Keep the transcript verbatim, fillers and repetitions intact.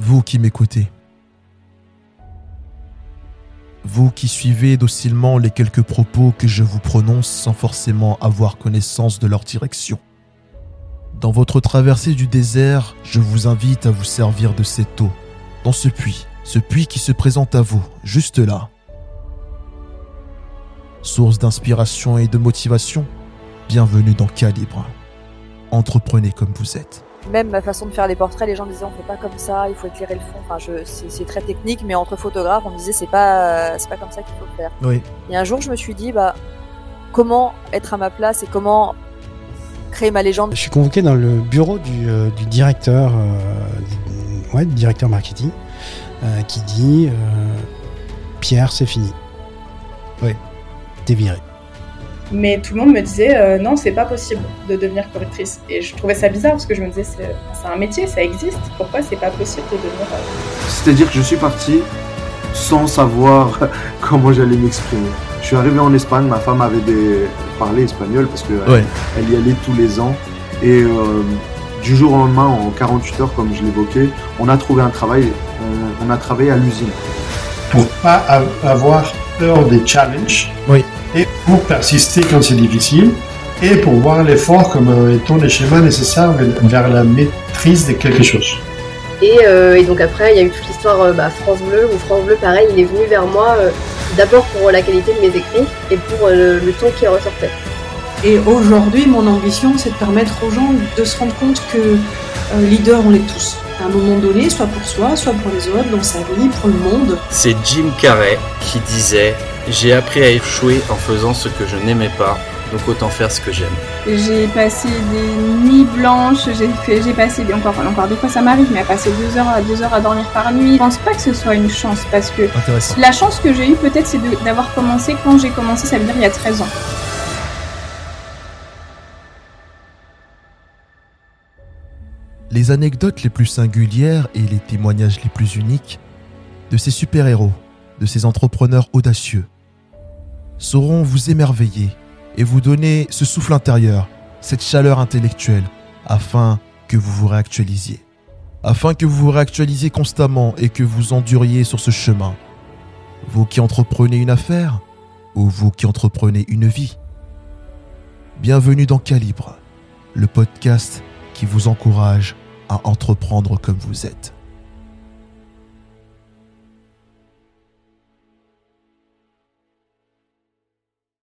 Vous qui m'écoutez, vous qui suivez docilement les quelques propos que je vous prononce sans forcément avoir connaissance de leur direction. Dans votre traversée du désert, je vous invite à vous servir de cette eau, dans ce puits, ce puits qui se présente à vous, juste là. Source d'inspiration et de motivation, bienvenue dans Calibre. Entreprenez comme vous êtes. Même ma façon de faire les portraits, les gens disaient on fait pas comme ça, il faut éclairer le fond. Enfin, je, c'est, c'est très technique, mais entre photographes, on me disait c'est pas, c'est pas comme ça qu'il faut le faire. Oui. Et un jour, je me suis dit bah comment être à ma place et comment créer ma légende. Je suis convoqué dans le bureau du, euh, du directeur, euh, du, ouais, du directeur marketing, euh, qui dit euh, Pierre, c'est fini. Oui. T'es viré. Mais tout le monde me disait euh, non, c'est pas possible de devenir correctrice. Et je trouvais ça bizarre parce que je me disais c'est, c'est un métier, ça existe. Pourquoi c'est pas possible de devenir euh... C'est-à-dire que je suis parti sans savoir comment j'allais m'exprimer. Je suis arrivé en Espagne, ma femme avait des... parlé espagnol parce que ouais. elle, elle y allait tous les ans. Et euh, du jour au lendemain, en quarante-huit heures, comme je l'évoquais, on a trouvé un travail. On, on a travaillé à l'usine. Pour pas avoir peur des challenges. Oui. Et pour persister quand c'est difficile, et pour voir l'effort comme étant les schémas nécessaires vers la maîtrise de quelque chose. Et, euh, et donc après, il y a eu toute l'histoire euh, bah, France Bleu, où France Bleu, pareil, il est venu vers moi euh, d'abord pour la qualité de mes écrits et pour euh, le, le ton qui ressortait. Et aujourd'hui, mon ambition, c'est de permettre aux gens de se rendre compte que euh, leaders, on l'est tous. À un moment donné, soit pour soi, soit pour les autres, dans sa vie, pour le monde. C'est Jim Carrey qui disait « J'ai appris à échouer en faisant ce que je n'aimais pas, donc autant faire ce que j'aime. » J'ai passé des nuits blanches, j'ai, fait, j'ai passé, des, encore, encore des fois ça m'arrive, mais à passer deux heures, deux heures à dormir par nuit. Je pense pas que ce soit une chance, parce que la chance que j'ai eue peut-être, c'est de, d'avoir commencé quand j'ai commencé, ça veut dire il y a treize ans. Les anecdotes les plus singulières et les témoignages les plus uniques de ces super-héros, de ces entrepreneurs audacieux, sauront vous émerveiller et vous donner ce souffle intérieur, cette chaleur intellectuelle, afin que vous vous réactualisiez. Afin que vous vous réactualisiez constamment et que vous enduriez sur ce chemin. Vous qui entreprenez une affaire ou vous qui entreprenez une vie. Bienvenue dans Calibre, le podcast qui vous encourage à entreprendre comme vous êtes.